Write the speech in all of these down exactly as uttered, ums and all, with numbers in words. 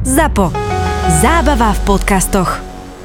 Zapo. Zábava v podcastoch.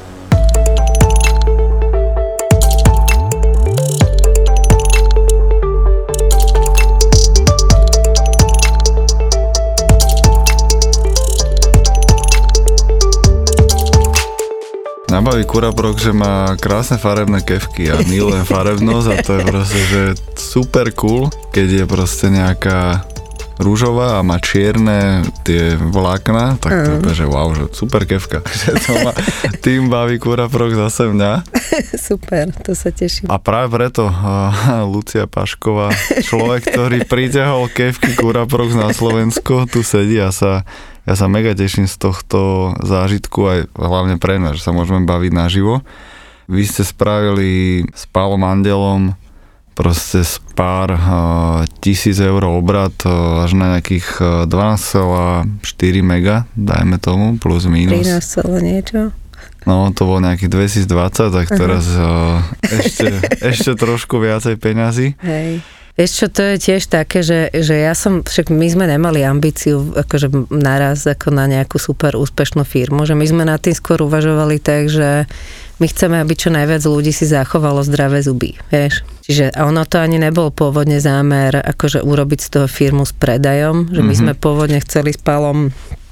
Mňa baví Kuraprok, že má krásne farebné kefky a milujem farebnosť a to je proste, že super cool, keď je proste nejaká rúžová a má čierne tie vlákna, tak to je, že wow, že super kefka. Že to má, tým baví Kuraprok zase mňa. Super, to sa teším. A práve preto uh, Lucia Pašková, človek, ktorý priťahol kefky Kuraprok na Slovensko, tu sedí a sa ja sa mega teším z tohto zážitku aj hlavne pre mňa, že sa môžeme baviť naživo. Vy ste spravili s Pálom Andelom proste spár uh, tisíc eur obrat uh, až na nejakých uh, dvanásť celá štyri mega, dajme tomu, plus minus. trinásť celá niečo? No, to bolo nejakých dvetisícdvadsať, tak teraz uh, ešte, ešte trošku viacej peňazí. Hej. Vieš čo, to je tiež také, že, že ja som, však my sme nemali ambíciu akože naraz ako na nejakú super úspešnú firmu, že my sme na tým skôr uvažovali tak, že my chceme, aby čo najviac ľudí si zachovalo zdravé zuby, vieš. Čiže a ono to ani nebol pôvodne zámer akože urobiť z toho firmu s predajom, že my mm-hmm. sme pôvodne chceli s Pálom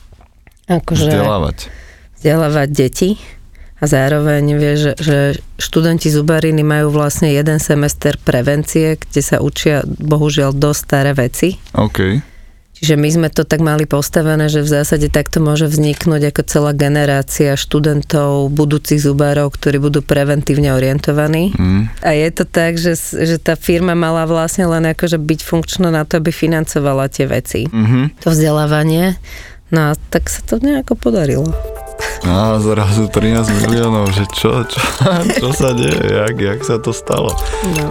akože vzdelávať. vzdelávať deti. A zároveň vieš, že, že študenti zubariny majú vlastne jeden semester prevencie, kde sa učia bohužiaľ dosť staré veci. OK. Čiže my sme to tak mali postavené, že v zásade takto môže vzniknúť ako celá generácia študentov, budúcich zubárov, ktorí budú preventívne orientovaní. Mm. A je to tak, že, že tá firma mala vlastne len akože byť funkčná na to, aby financovala tie veci. Mm-hmm. To vzdelávanie. No a tak sa to nejako podarilo. A zrazu trinásť miliónov, že čo, čo, čo sa deje, jak, jak sa to stalo? No.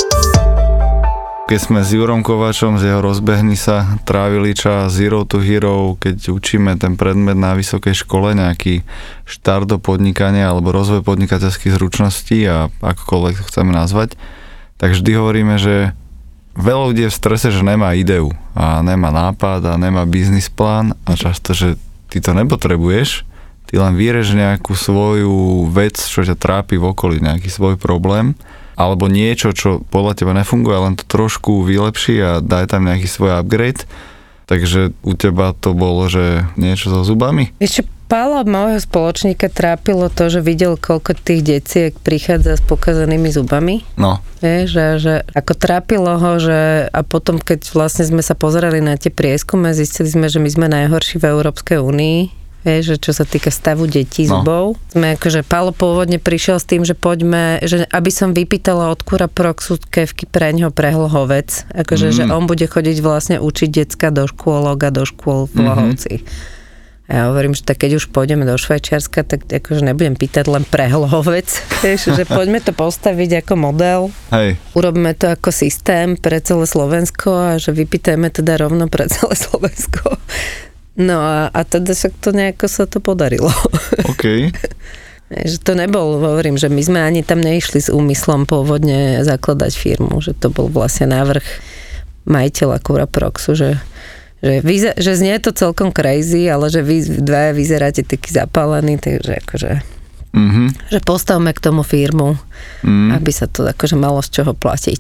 Keď sme s Jurom Kovačom z jeho Rozbehni sa trávili čas Zero to Hero, keď učíme ten predmet na vysokej škole, nejaký štart do podnikania alebo rozvoj podnikateľských zručností a akokoľvek to chceme nazvať, tak vždy hovoríme, že veľa ľudí je v strese, že nemá ideu a nemá nápad a nemá biznis plán a často, že ty to nepotrebuješ, ty len vyrež nejakú svoju vec, čo ťa trápi v okolí, nejaký svoj problém, alebo niečo, čo podľa teba nefunguje, len to trošku vylepší a daj tam nejaký svoj upgrade. Takže u teba to bolo, že niečo so zubami? Ešte Pála, môjho spoločníka, trápilo to, že videl, koľko tých deciek prichádza s pokazanými zubami. No. Vieš, že, že ako trápilo ho, že a potom, keď vlastne sme sa pozerali na tie prieskumy, zistili sme, že my sme najhorší v Európskej únii. Vieš, že čo sa týka stavu detí no. zubov. Sme akože, Pálo pôvodne prišiel s tým, že poďme, že aby som vypýtala od Kuraproxu kefky pre ňoho prehlohovec. Akože, mm. že on bude chodiť vlastne učiť decka do škôlok a do škôl v Lohovci. Mm-hmm. A ja hovorím, že tak keď už pôjdeme do Švajčiarska, tak akože nebudem pýtať len prehlohovec. Vieš, že poďme to postaviť ako model. Hej. Urobíme to ako systém pre celé Slovensko a že vypýtajme teda rovno pre celé Slovensko. No a, a teda sa to nejako sa to podarilo. OK. Že to nebol, hovorím, že my sme ani tam neišli s úmyslom pôvodne zakladať firmu, že to bol vlastne návrh majiteľa Kuraproxu, že, že, vyze, že znie to celkom crazy, ale že vy dvaja vyzeráte taký zapálení, takže akože mm-hmm. že postavme k tomu firmu, mm. aby sa to akože malo z čoho platiť.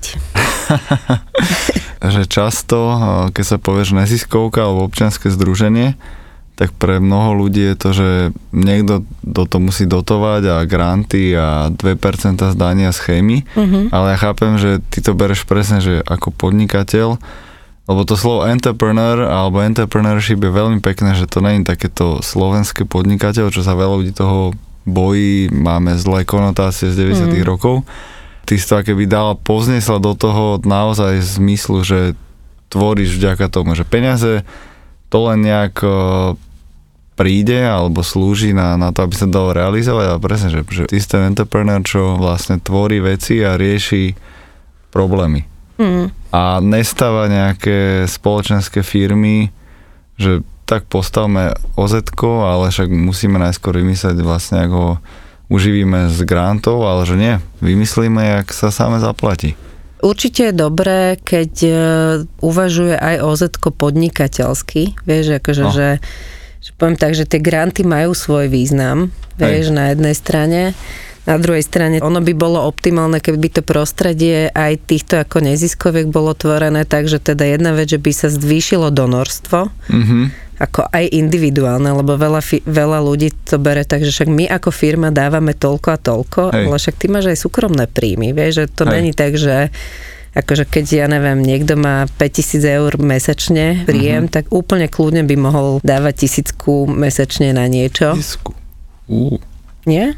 Že často, keď sa povieš neziskovka alebo občianske združenie, tak pre mnoho ľudí je to, že niekto do toho musí dotovať a granty a dve percentá zdania z chémy, mm-hmm. ale ja chápem, že ty to bereš presne, že ako podnikateľ, lebo to slovo entrepreneur alebo entrepreneurship je veľmi pekné, že to nie je takéto slovenské podnikateľ, čo sa veľa ľudí toho bojí, máme zlé konotácie z deväťdesiatych mm. rokov. Ty si to keby dala, pozniesla do toho naozaj zmyslu, že tvoríš vďaka tomu, že peniaze to len nejak príde alebo slúži na, na to, aby sa dalo realizovať, ale presne, že, že ty si ten entrepreneur, čo vlastne tvorí veci a rieši problémy. Mm. A nestáva nejaké spoločenské firmy, že tak postavme ó zetko, ale však musíme najskôr vymyslieť vlastne, ako ho uživíme z grantov, ale že nie, vymyslíme, jak sa same zaplatí. Určite je dobré, keď uvažuje aj ó zetko podnikateľsky, vieš, akože, no. že, že poviem tak, že tie granty majú svoj význam, vieš, na jednej strane. Na druhej strane, ono by bolo optimálne, keby to prostredie aj týchto ako neziskoviek bolo tvorené tak, že teda jedna vec, že by sa zvýšilo donorstvo, mm-hmm. ako aj individuálne, lebo veľa, veľa ľudí to bere tak, že však my ako firma dávame toľko a toľko, Hej. ale však ty máš aj súkromné príjmy, vieš, že to Hej. není tak, že akože keď, ja neviem, niekto má päťtisíc eur mesačne príjem, mm-hmm. tak úplne kľudne by mohol dávať tisícku mesačne na niečo. Tisícku. Uh. Nie?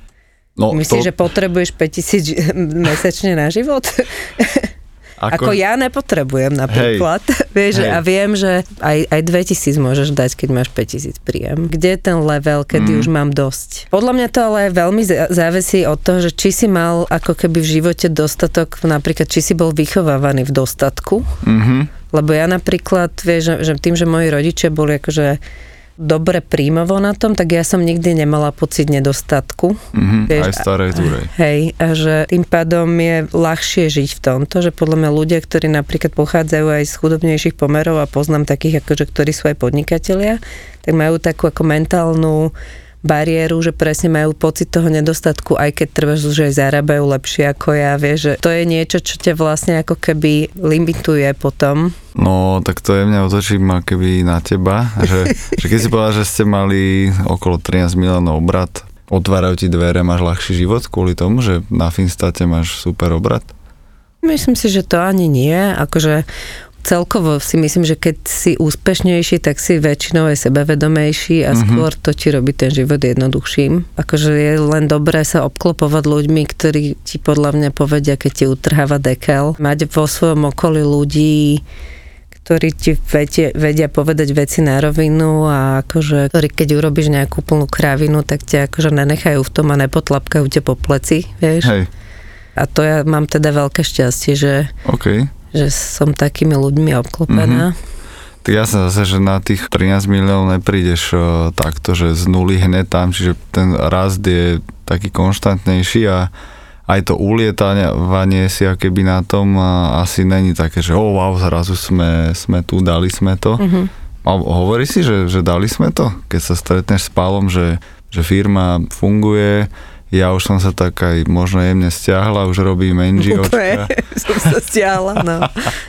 No, Myslíš, to... že potrebuješ päťtisíc mesačne na život? Ako, Ako ja nepotrebujem napríklad. Vieš, a viem, že aj, aj dvetisíc môžeš dať, keď máš päťtisíc príjem. Kde je ten level, kedy mm. už mám dosť? Podľa mňa to ale veľmi závisí od toho, že či si mal ako keby v živote dostatok, napríklad či si bol vychovávaný v dostatku. Mm-hmm. Lebo ja napríklad, vieš, že, že tým, že moji rodičia boli akože dobre príjmovo na tom, tak ja som nikdy nemala pocit nedostatku. Mm-hmm, vieš, aj starej túrej. Hej, a že tým pádom je ľahšie žiť v tomto, že podľa mňa ľudia, ktorí napríklad pochádzajú aj z chudobnejších pomerov a poznám takých, akože, ktorí sú aj podnikatelia, tak majú takú ako mentálnu bariéru, že presne majú pocit toho nedostatku, aj keď treba, že aj zarábajú lepšie ako ja, vieš, že to je niečo, čo ťa vlastne ako keby limituje potom. No, tak to je mňa otočím keby na teba, že, že keď si povedal, že ste mali okolo trinásť miliónov obrat, otvárajú ti dvere, máš ľahší život kvôli tomu, že na Finstate máš super obrat? Myslím si, že to ani nie, akože celkovo si myslím, že keď si úspešnejší, tak si väčšinou aj sebavedomejší a mm-hmm. skôr to ti robí ten život jednoduchším. Akože je len dobré sa obklopovať ľuďmi, ktorí ti podľa mňa povedia, keď ti utrháva dekel. Mať vo svojom okolí ľudí, ktorí ti vedia, vedia povedať veci na rovinu a akože, ktorí keď urobíš nejakú plnú kravinu, tak ťa akože nenechajú v tom a nepotlapkajú ťa po pleci, vieš. Hej. A to ja mám teda veľké šťastie, že okay. že som takými ľuďmi obklopená. Mm-hmm. Tak ja som zase, že na tých trinásť miliónov neprídeš uh, takto, že z nuly hneď tam, čiže ten rast je taký konštantnejší a aj to ulietávanie si akéby na tom uh, asi není také, že oh wow, zrazu sme, sme tu, dali sme to. Mm-hmm. A hovorí si, že, že dali sme to? Keď sa stretneš s Pálom, že, že firma funguje, ja už som sa tak aj možno jemne stiahla, už robím NGOčka. Úplne, som sa stiahla, no.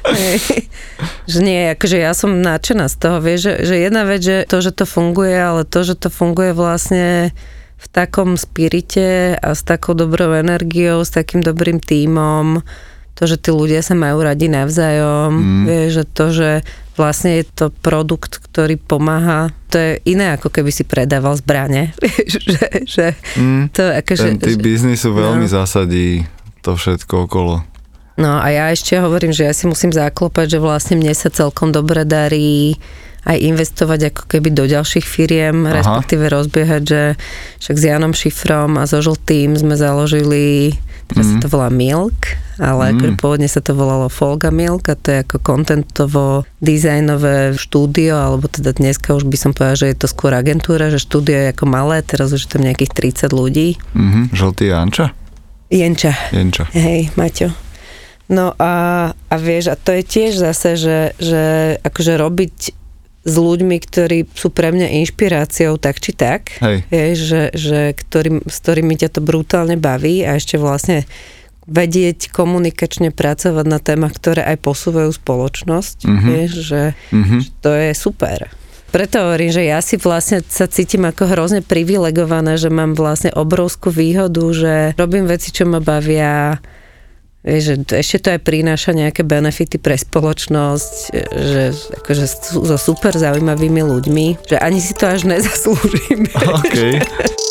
Že nie, akože ja som nadšená z toho, vieš, že, že jedna vec, že to, že to funguje, ale to, že to funguje vlastne v takom spirite a s takou dobrou energiou, s takým dobrým tímom, to, že tí ľudia sa majú radi navzájom, mm. vieš, že to, že vlastne je to produkt, ktorý pomáha. To je iné, ako keby si predával zbrane. že, že mm, to, akože, ten typ biznisu veľmi no. zasadí to všetko okolo. No a ja ešte hovorím, že ja si musím zaklopať, že vlastne mne sa celkom dobre darí aj investovať ako keby do ďalších firiem, Aha. respektíve rozbiehať, že však s Janom Šifrom a so Žltým sme založili, teraz mm. sa to volá Milk, ale mm. akože pôvodne sa to volalo Folga Milk a to je ako contentovo dizajnové štúdio, alebo teda dneska už by som povedala, že je to skôr agentúra, že štúdio je ako malé, teraz už je tam nejakých tridsať ľudí. Mm-hmm. Žltý Janča? Jenča. Jenča. Hej, Maťo. No a, a vieš, a to je tiež zase, že, že akože robiť s ľuďmi, ktorí sú pre mňa inšpiráciou tak či tak, je, že, že ktorý, s ktorými ťa to brutálne baví a ešte vlastne vedieť komunikačne pracovať na témach, ktoré aj posúvajú spoločnosť, mm-hmm. je, že, mm-hmm. že to je super. Preto hovorím, že ja si vlastne sa cítim ako hrozne privilegovaná, že mám vlastne obrovskú výhodu, že robím veci, čo ma bavia. Vieš, že ešte to aj prináša nejaké benefity pre spoločnosť, že akože so super zaujímavými ľuďmi, že ani si to až nezaslúžim. OK.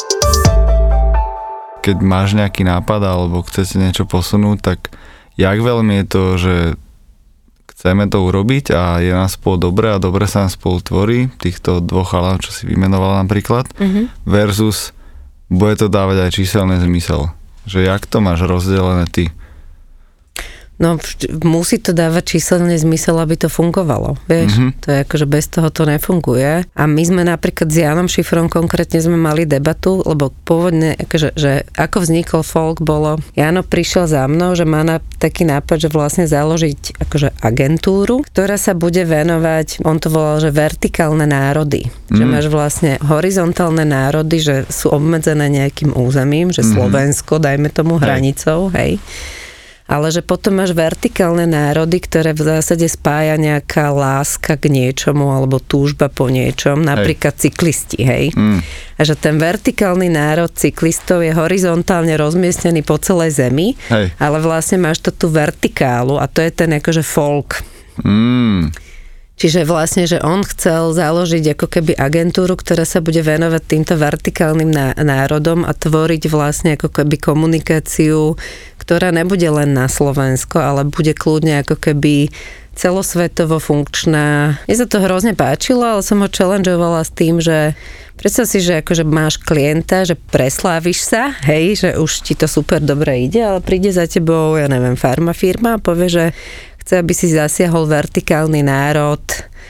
Keď máš nejaký nápad alebo chcete niečo posunúť, tak jak veľmi je to, že chceme to urobiť a je nám spolu dobre a dobre sa nám spolu tvorí, týchto dvoch chalánov, čo si vymenovala napríklad, mm-hmm. versus bude to dávať aj číselný zmysel. Že jak to máš rozdelené ty? No, musí to dávať číselne zmysel, aby to fungovalo, vieš. Mm-hmm. To je akože bez toho to nefunguje. A my sme napríklad s Jánom Šifrom konkrétne sme mali debatu, lebo pôvodne, akože, že ako vznikol folk, bolo, Jano prišiel za mnou, že má na, taký nápad, že vlastne založiť akože agentúru, ktorá sa bude venovať, on to volal, že vertikálne národy. Mm. Že máš vlastne horizontálne národy, že sú obmedzené nejakým územím, že mm-hmm. Slovensko, dajme tomu hranicou, hej. Ale že potom máš vertikálne národy, ktoré v zásade spája nejaká láska k niečomu alebo túžba po niečom, napríklad hej. cyklisti, hej. Mm. A že ten vertikálny národ cyklistov je horizontálne rozmiestnený po celej zemi, hej. ale vlastne máš to tú vertikálu a to je ten akože folk. Mm. Čiže vlastne, že on chcel založiť ako keby agentúru, ktorá sa bude venovať týmto vertikálnym národom a tvoriť vlastne ako keby komunikáciu, ktorá nebude len na Slovensko, ale bude kľudne ako keby celosvetovo funkčná. Mne sa to hrozne páčilo, ale som ho challengeovala s tým, že predstav si, že akože máš klienta, že presláviš sa, hej, že už ti to super dobre ide, ale príde za tebou, ja neviem, farmafirma a povie, že chce, aby si zasiahol vertikálny národ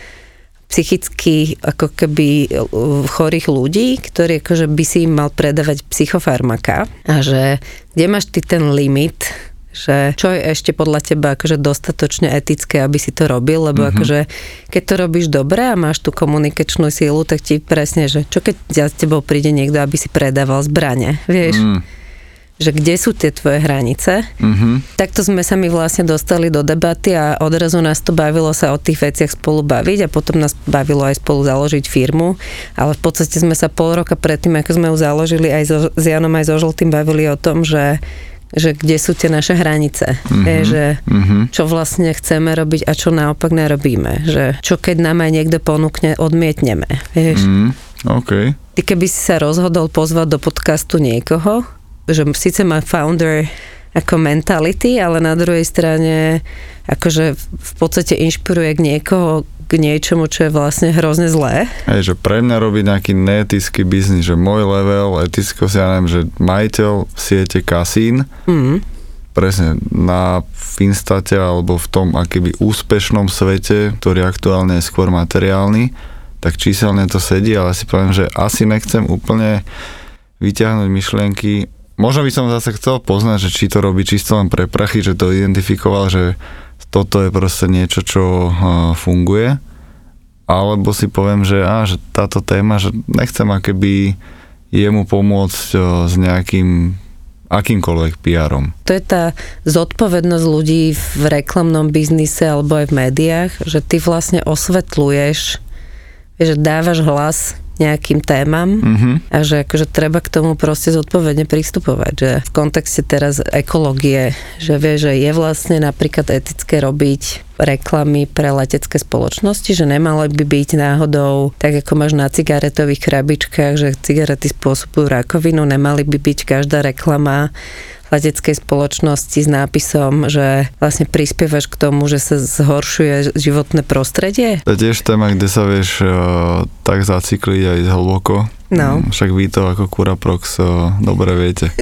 psychicky ako keby chorých ľudí, ktorí akože by si im mal predávať psychofarmaka a že kde máš ty ten limit, že čo je ešte podľa teba akože dostatočne etické, aby si to robil, lebo mm-hmm. akože keď to robíš dobre a máš tú komunikačnú sílu, tak ti presne, že čo keď za tebou príde niekto, aby si predával zbrane, vieš? Mm. Že kde sú tie tvoje hranice. Mm-hmm. Takto sme sa my vlastne dostali do debaty a odrazu nás to bavilo sa o tých veciach spolu baviť a potom nás bavilo aj spolu založiť firmu, ale v podstate sme sa pol roka predtým, ako sme ju založili aj so, s Janom aj so Žltým bavili o tom, že že kde sú tie naše hranice, mm-hmm. je, že mm-hmm. čo vlastne chceme robiť a čo naopak nerobíme, že čo keď nám aj niekto ponúkne, odmietneme, vieš. Mm, OK. Ty keby si sa rozhodol pozvať do podcastu niekoho, že síce má founder ako mentality, ale na druhej strane akože v podstate inšpiruje k niekoho, k niečomu, čo je vlastne hrozne zlé. Hej, že pre mňa robiť nejaký neetický biznis, že môj level etickosť, ja neviem, že majiteľ siete kasín, mm. presne na Finstate alebo v tom akýby úspešnom svete, ktorý aktuálne je skôr materiálny, tak číselne to sedí, ale si poviem, že asi nechcem úplne vyťahnuť myšlienky. Možno by som zase chcel poznať, že či to robí čisto len pre prachy, že to identifikoval, že toto je proste niečo, čo uh, funguje, alebo si poviem, že, á, že táto téma, že nechcem akéby jemu pomôcť uh, s nejakým akýmkoľvek pé erom. To je tá zodpovednosť ľudí v reklamnom biznise alebo aj v médiách, že ty vlastne osvetľuješ, že dávaš hlas nejakým témam mm-hmm. a že akože treba k tomu proste zodpovedne pristupovať, že v kontexte teraz ekológie, že vie, že je vlastne napríklad etické robiť reklamy pre letecké spoločnosti, že nemalo by byť náhodou, tak ako máš na cigaretových krabičkách, že cigarety spôsobujú rakovinu, nemali by byť každá reklama leteckej spoločnosti s nápisom, že vlastne prispievaš k tomu, že sa zhoršuje životné prostredie. To je tiež téma, kde sa vieš uh, tak zacykliť aj hlboko. No. Um, však vy to ako Curaprox uh, dobre viete.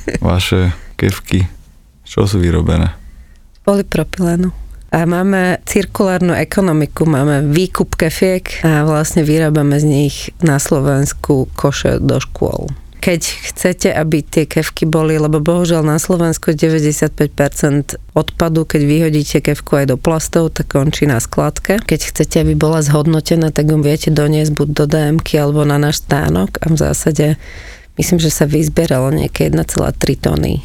Vaše kefky, čo sú vyrobené? Polypropylénu. A máme cirkulárnu ekonomiku, máme výkup kefiek a vlastne vyrábame z nich na Slovensku koše do škôl. Keď chcete, aby tie kefky boli, lebo bohužiaľ na Slovensku deväťdesiatpäť percent odpadu, keď vyhodíte kefku aj do plastov, tak končí na skladke. Keď chcete, aby bola zhodnotená, tak ju viete doniesť buď do dé emky alebo na náš stánok a v zásade myslím, že sa vyzbieralo nejaké jeden celá tri tony.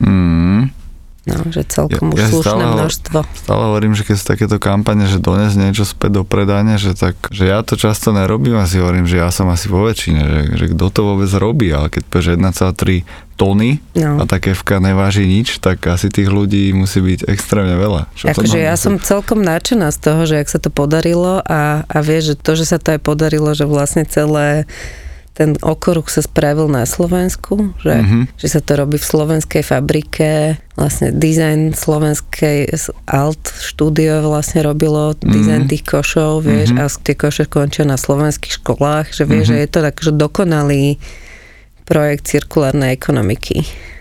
Mm. No, že celkom ja, už ja slušné stále, množstvo. Stále hovorím, že keď sú takéto kampane, že dones niečo späť do predania, že tak, že ja to často nerobím a si hovorím, že ja som asi vo väčšine, že, že kto to vôbec robí, ale keď povieš jeden celá tri tony no. a tá kefka neváži nič, tak asi tých ľudí musí byť extrémne veľa. Akože ja som celkom nadšená z toho, že ak sa to podarilo a, a vieš, že to, že sa to aj podarilo, že vlastne celé ten okruh sa spravil na Slovensku, že, mm-hmm. že sa to robí v slovenskej fabrike, vlastne dizajn slovenskej Alt štúdio vlastne robilo dizajn mm-hmm. tých košov, vieš, mm-hmm. a tie koše končia na slovenských školách, že vieš, mm-hmm. že je to tak, že dokonalý projekt cirkulárnej ekonomiky.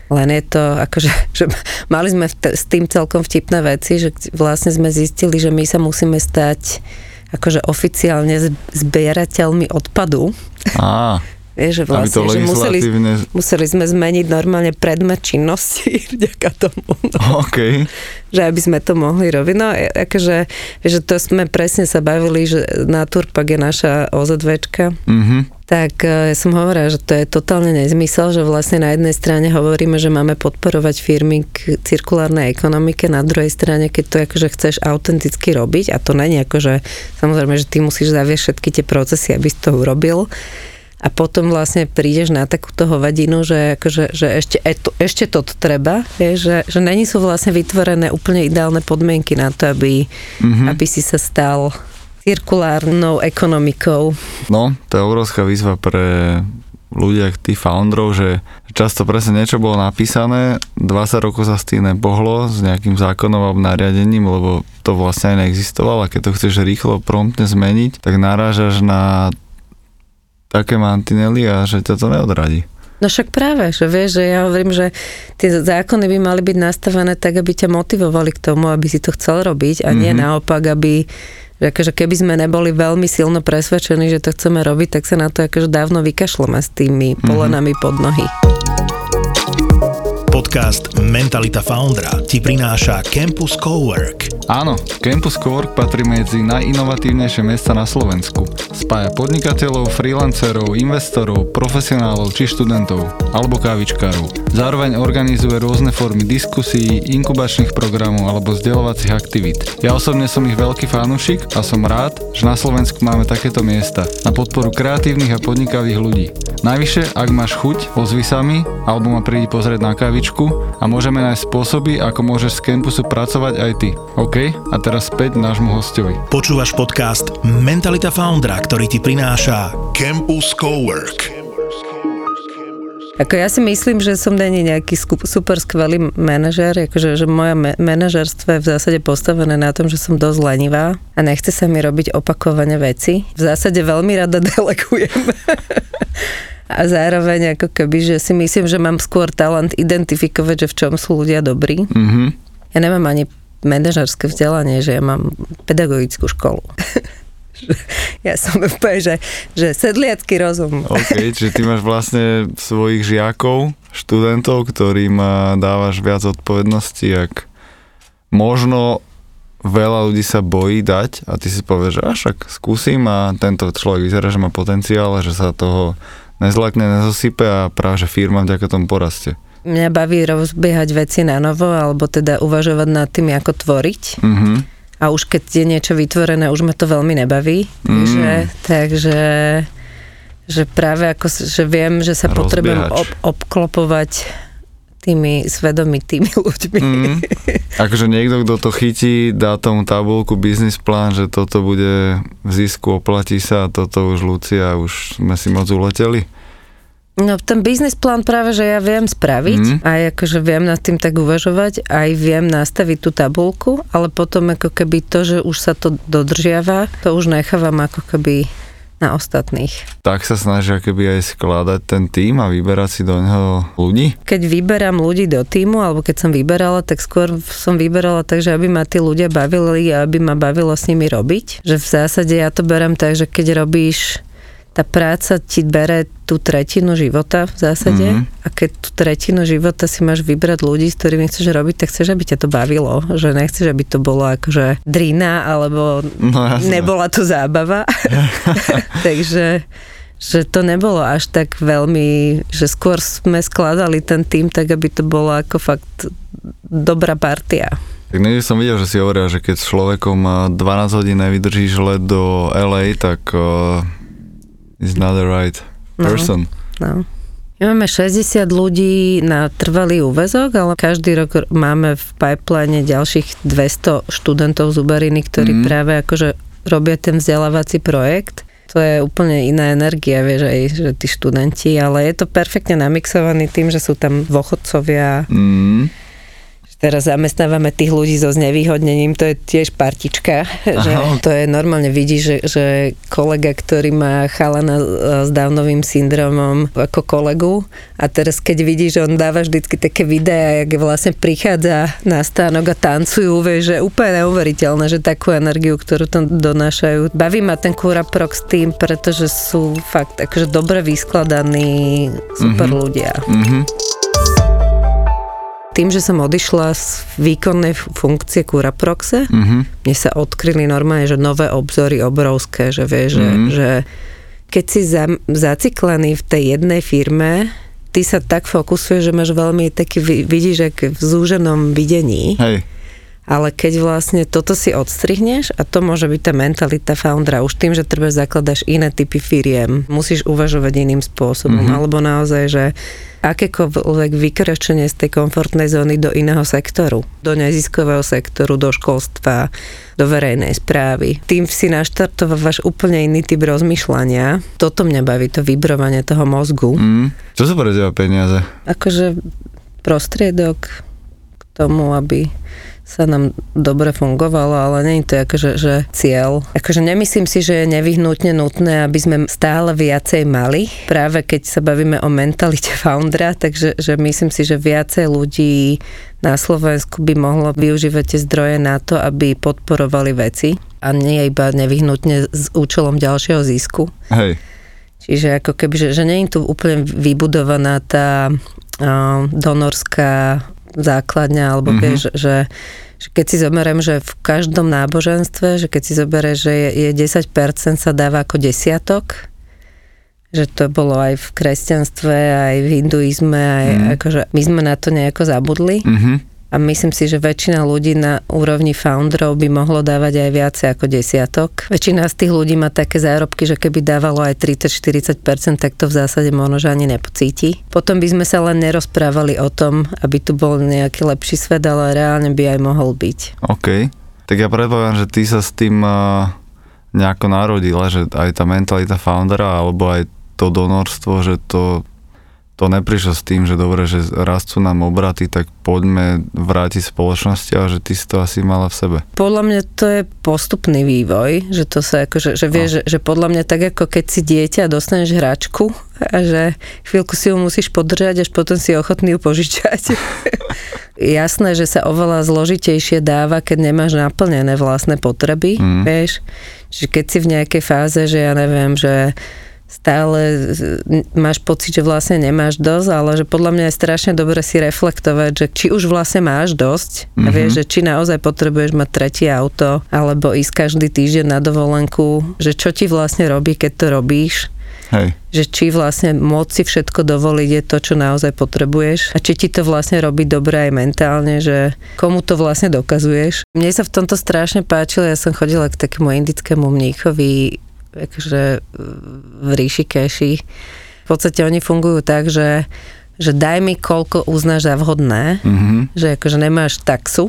Len je to akože, že mali sme t- s tým celkom vtipné veci, že vlastne sme zistili, že my sa musíme stať akože oficiálne zbierateľmi odpadu. Á. Vieš, že vlastne, že museli, museli sme zmeniť normálne predmet činnosti vďaka tomu. No. OK. Že aby sme to mohli robiť. No, akože, že to sme presne sa bavili, že Naturpak je naša OZVčka. Mhm. Tak ja som hovorila, že to je totálne nezmysel, že vlastne na jednej strane hovoríme, že máme podporovať firmy k cirkulárnej ekonomike, na druhej strane, keď to akože chceš autenticky robiť, a to nie je akože, samozrejme, že ty musíš zaviesť všetky tie procesy, aby si to urobil, a potom vlastne prídeš na takúto hovadinu, že, akože, že ešte, ešte toto treba, je, že, že není sú vlastne vytvorené úplne ideálne podmienky na to, aby, mm-hmm. aby si sa stal cirkulárnou ekonomikou. No, to je obrovská výzva pre ľudia, tých founderov, že často presne niečo bolo napísané, dvadsať rokov sa s tým nepohlo, s nejakým zákonom alebo nariadením, lebo to vlastne aj neexistovalo, a keď to chceš rýchlo, promptne zmeniť, tak narážaš na také mantinely a že ťa to neodradí. No však práve, že vieš, že ja hovorím, že tie zákony by mali byť nastavené tak, aby ťa motivovali k tomu, aby si to chcel robiť, a nie mm-hmm. naopak, aby že akože keby sme neboli veľmi silno presvedčení, že to chceme robiť, tak sa na to akože dávno vykašľame s tými polenami mm-hmm. pod nohy. Podcast Mentalita Foundera ti prináša Campus Cowork. Áno, Campus Cowork patrí medzi najinovatívnejšie miesta na Slovensku. Spája podnikateľov, freelancerov, investorov, profesionálov či študentov, alebo kávičkárov. Zároveň organizuje rôzne formy diskusí, inkubačných programov alebo vzdelávacích aktivít. Ja osobne som ich veľký fanúšik a som rád, že na Slovensku máme takéto miesta na podporu kreatívnych a podnikavých ľudí. Najvyššie, ak máš chuť, ozvi sa mi, alebo ma prídi pozrieť na kávičku a môžeme nájsť spôsoby, ako môžeš z campusu pracovať aj ty. OK? A teraz späť nášmu hostovi. Počúvaš podcast Mentalita Foundera, ktorý ti prináša Campus Cowork. Ako ja si myslím, že som není nejaký super skvelý manažér, akože že moje manažérstvo je v zásade postavené na tom, že som dosť lenivá a nechce sa mi robiť opakovane veci. V zásade veľmi rada delegujem. A zároveň ako keby, že si myslím, že mám skôr talent identifikovať, že v čom sú ľudia dobrí. Mm-hmm. Ja nemám ani manažerské vzdelanie, že ja mám pedagogickú školu. Ja som úplne, že, že sedliacky rozum. OK, čiže ty máš vlastne svojich žiakov, študentov, ktorým dávaš viac odpovednosti, ak možno veľa ľudí sa bojí dať a ty si povieš, že až však skúsim, a tento človek vyzerá, že má potenciál a že sa toho nezlakne, nezosype a práve, že firma vďaka tomu porastie. Mňa baví rozbiehať veci na novo, alebo teda uvažovať nad tým, ako tvoriť. Mm-hmm. A už keď je niečo vytvorené, už ma to veľmi nebaví. Mm. Takže, takže že práve ako, že viem, že sa Rozbiehač. potrebujem ob, obklopovať tými svedomitými ľuďmi. Mm. Akože niekto, kto to chytí, dá tomu tabuľku, biznis plán, že toto bude v zisku, oplatí sa, a toto už Lucia, už sme si moc uleteli. No ten biznis plán práve, že ja viem spraviť, mm. aj akože viem nad tým tak uvažovať, aj viem nastaviť tú tabuľku, ale potom ako keby to, že už sa to dodržiava, to už nechávam ako keby na ostatných. Tak sa snažia keby aj skladať ten tím a vyberať si do neho ľudí? Keď vyberám ľudí do tímu, alebo keď som vyberala, tak skôr som vyberala tak, že aby ma tí ľudia bavili a aby ma bavilo s nimi robiť. Že v zásade ja to berem tak, že keď robíš, tá práca ti bere tú tretinu života v zásade, mm-hmm. a keď tú tretinu života si máš vybrať ľudí, s ktorými chceš robiť, tak chceš, aby ťa to bavilo, že nechceš, aby to bolo akože drina, alebo no, nebola to zábava. Takže že to nebolo až tak veľmi, že skôr sme skladali ten tým tak, aby to bolo ako fakt dobrá partia. Tak niekde som videl, že si hovorila, že keď s človekom dvanásť hodín nevydržíš let do el ej, tak uh, is not the right person. No, no. Máme šesťdesiat ľudí na trvalý úväzok, ale každý rok máme v pipeline ďalších dvesto študentov z Uberiny, ktorí mm. práve akože robia ten vzdelávací projekt. To je úplne iná energia, vieš, aj, že tí študenti, ale je to perfektne namixovaný tým, že sú tam dôchodcovia. Mm. teraz zamestnávame tých ľudí so znevýhodnením, to je tiež partička, že to je normálne vidí, že, že kolega, ktorý má chalana s Downovým syndromom ako kolegu a teraz keď vidí, že on dáva vždycky také videá, jak vlastne prichádza na stánok a tancujú, vieš, že úplne neuveriteľné, že takú energiu, ktorú tam donášajú. Baví ma ten Curaprox tým, pretože sú fakt akože dobre vyskladaní super mm-hmm. ľudia. Mm-hmm. Tým, že som odišla z výkonnej funkcie Curaproxe, mm-hmm. mne sa odkryli normálne, že nové obzory obrovské, že vieš, mm-hmm. že, že keď si za, zaciklený v tej jednej firme, ty sa tak fokusuješ, že máš veľmi taký, vidíš, jak v zúženom videní. Hej. Ale keď vlastne toto si odstrihneš, a to môže byť tá mentalita foundera, už tým, že treba zakladaš iné typy firiem, musíš uvažovať iným spôsobom, mm-hmm. alebo naozaj, že akékoľvek vykročenie z tej komfortnej zóny do iného sektoru, do neziskového sektoru, do školstva, do verejnej správy. Tým si naštartovávaš úplne iný typ rozmýšľania. Toto mňa baví, to vibrovanie toho mozgu. Mm. Čo sú pre teba peniaze? Akože prostriedok k tomu, aby sa nám dobre fungovalo, ale nie je to akože že cieľ. Akože nemyslím si, že je nevyhnutne nutné, aby sme stále viacej mali. Práve keď sa bavíme o mentalite foundera, takže že myslím si, že viacej ľudí na Slovensku by mohlo využívať tie zdroje na to, aby podporovali veci a nie iba nevyhnutne s účelom ďalšieho zisku. Hej. Čiže ako keby, že, že nie je tu úplne vybudovaná tá uh, donorská základňa, alebo mm-hmm. vieš, že, že keď si zoberiem, že v každom náboženstve, že keď si zoberieš, že je, je desať percent sa dáva ako desiatok, že to bolo aj v kresťanstve, aj v hinduizme, aj mm. akože my sme na to nejako zabudli. Mm-hmm. A myslím si, že väčšina ľudí na úrovni founderov by mohlo dávať aj viacej ako desiatok. Väčšina z tých ľudí má také zárobky, že keby dávalo aj tridsať až štyridsať percent, tak to v zásade možno, že ani nepocíti. Potom by sme sa len nerozprávali o tom, aby tu bol nejaký lepší svet, ale reálne by aj mohol byť. OK. Tak ja predpokladám, že ty sa s tým uh, nejako narodila, že aj tá mentalita foundera, alebo aj to donorstvo, že to to neprišlo s tým, že dobre, že rastú nám obraty, tak poďme vrátiť spoločnosti a že ty si to asi mala v sebe. Podľa mňa to je postupný vývoj, že to sa akože, že vieš, no. že, že podľa mňa tak ako keď si dieťa a dostaneš hračku a že chvíľku si ju musíš podržať, až potom si ochotný ju požičať. Jasné, že sa oveľa zložitejšie dáva, keď nemáš naplnené vlastné potreby, mm. vieš. Čiže keď si v nejakej fáze, že ja neviem, že stále máš pocit, že vlastne nemáš dosť, ale že podľa mňa je strašne dobre si reflektovať, že či už vlastne máš dosť mm-hmm. a vieš, že či naozaj potrebuješ mať tretie auto, alebo ísť každý týždeň na dovolenku, že čo ti vlastne robí, keď to robíš. Hej. Že či vlastne môcť si všetko dovoliť je to, čo naozaj potrebuješ a či ti to vlastne robí dobre aj mentálne, že komu to vlastne dokazuješ. Mne sa v tomto strašne páčilo, ja som chodila k takému indickému mníchovi, akože v Ríšikeši. V podstate oni fungujú tak, že, že daj mi koľko uznáš za vhodné, mm-hmm. že akože nemáš taxu,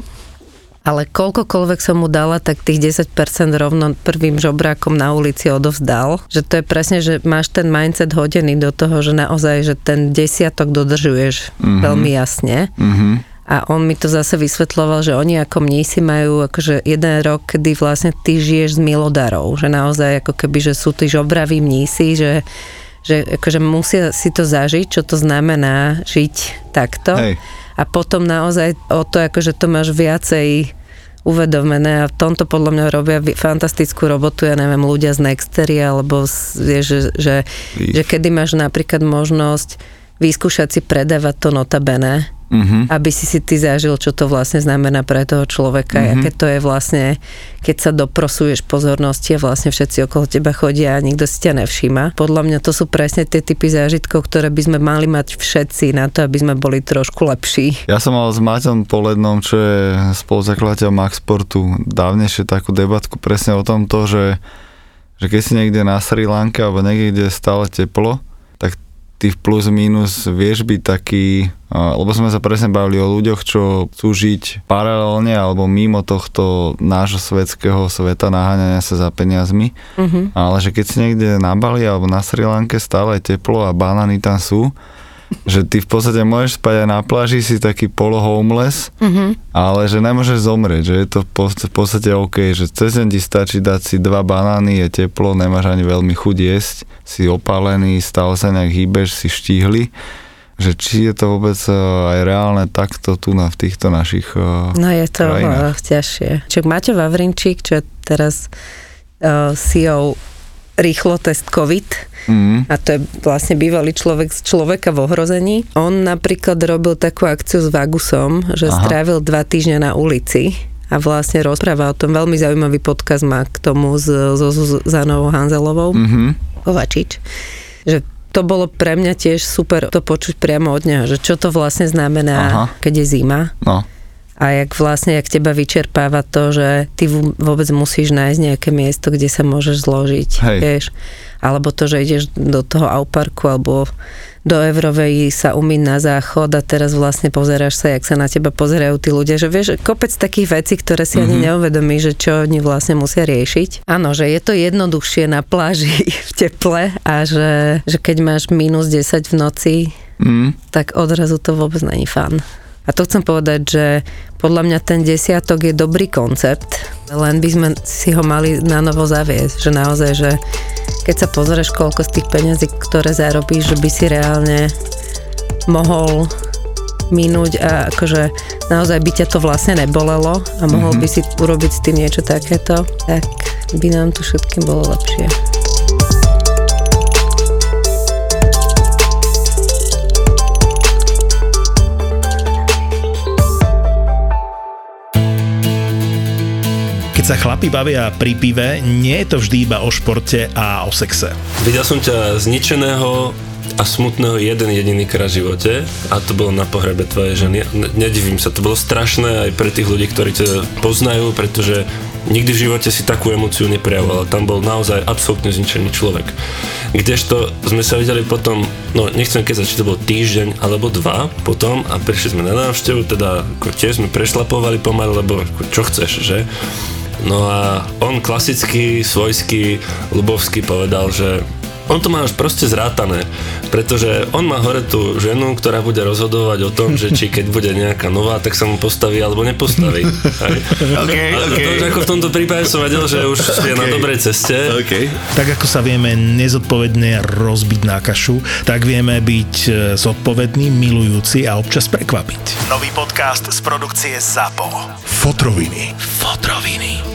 ale koľkokoľvek som mu dala, tak tých desať percent rovno prvým žobrákom na ulici odovzdal. Že to je presne, že máš ten mindset hodený do toho, že naozaj, že ten desiatok dodržuješ mm-hmm. veľmi jasne. Mm-hmm. A on mi to zase vysvetľoval, že oni ako mnísi majú akože jeden rok, kedy vlastne ty žiješ z milodarov, že naozaj ako keby, že sú tí žobraví mnísi, že, že akože musia si to zažiť, čo to znamená žiť takto. Hej. A potom naozaj o to, akože to máš viacej uvedomené a v tomto podľa mňa robia fantastickú robotu, ja neviem, ľudia z Nextery, alebo je, že, že, že kedy máš napríklad možnosť vyskúšať si predávať to notabene, mm-hmm. aby si si ty zažil, čo to vlastne znamená pre toho človeka, mm-hmm. aké to je vlastne, keď sa doprosuješ pozornosti a vlastne všetci okolo teba chodia a nikto si ťa nevšíma. Podľa mňa to sú presne tie typy zážitkov, ktoré by sme mali mať všetci na to, aby sme boli trošku lepší. Ja som mal s Maťom Polednom, čo je spoluzakladateľ Maxportu, dávnejšie takú debatku presne o tomto, že, že keď si niekde na Sri Lanke alebo niekde, kde je stále teplo, tak ty plus minus vieš byť taký, lebo sme sa presne bavili o ľuďoch, čo chcú žiť paralelne alebo mimo tohto nášho svetského sveta naháňania sa za peniazmi, uh-huh. ale že keď si niekde na Bali alebo na Sri Lanke stále je teplo a banány tam sú, že ty v podstate môžeš spať aj na pláži, si taký polo-homeless, mm-hmm. ale že nemôžeš zomrieť, že je to v podstate OK, že cez deň ti stačí dať si dva banány, je teplo, nemáš ani veľmi chuť jesť, si opálený, stále sa nejak hýbeš, si štíhli, že či je to vôbec aj reálne takto tu na v týchto našich uh, No je to krajinách. ťažšie. Čiže Maťo Vavrinčík, čo je teraz uh, C E O Rýchlo test COVID, mm. a to je vlastne bývalý človek z Človeka v ohrození. On napríklad robil takú akciu s Vagusom, že Aha. strávil dva týždňa na ulici a vlastne rozpráva o tom. Veľmi zaujímavý podcast má k tomu so Zuzanou Hanzelovou. Mm-hmm. Kovačič. Že to bolo pre mňa tiež super to počuť priamo od neho, že čo to vlastne znamená, Aha. keď je zima. No. A jak vlastne, jak teba vyčerpáva to, že ty vôbec musíš nájsť nejaké miesto, kde sa môžeš zložiť, Hej. vieš. Alebo to, že ideš do toho Auparku alebo do Evrovej sa umyť na záchod a teraz vlastne pozeráš sa, jak sa na teba pozerajú tí ľudia, že vieš, kopec takých vecí, ktoré si mm-hmm. ani neuvedomí, že čo oni vlastne musia riešiť. Áno, že je to jednoduchšie na pláži v teple a že, že keď máš mínus desať v noci, mm. tak odrazu to vôbec není fun. A to chcem povedať, že podľa mňa ten desiatok je dobrý koncept, len by sme si ho mali na novo zaviesť, že naozaj, že keď sa pozrieš, koľko z tých peniazí, ktoré zarobíš, že by si reálne mohol minúť a akože naozaj by ťa to vlastne nebolelo a mohol mm-hmm. by si urobiť s tým niečo takéto, tak by nám tu všetkým bolo lepšie. Keď sa chlapi bavia pri pive, nie je to vždy iba o športe a o sexe. Videl som ťa zničeného a smutného jeden jediný krát v živote a to bolo na pohrebe tvojej ženy. Nedivím sa, to bolo strašné aj pre tých ľudí, ktorí ťa poznajú, pretože nikdy v živote si takú emóciu neprejavoval. Tam bol naozaj absolútne zničený človek. Kdežto sme sa videli potom, no nechcem keď či to bol týždeň alebo dva potom a prišli sme na návštevu, teda ako tiež sme prešlapovali pomaly, lebo čo chceš, že? No a on klasicky, svojský, ľubovský povedal, že on to má už proste zrátané, pretože on má hore tú ženu, ktorá bude rozhodovať o tom, že či keď bude nejaká nová, tak sa mu postaví alebo nepostaví. Okay, a okay. To, ako v tomto prípade som vedel, že už je okay. na dobrej ceste. Okay. Tak ako sa vieme nezodpovedne rozbiť na kašu, tak vieme byť zodpovední, milujúci a občas prekvapiť. Nový podcast z produkcie ZAPO. Fotroviny. Fotroviny.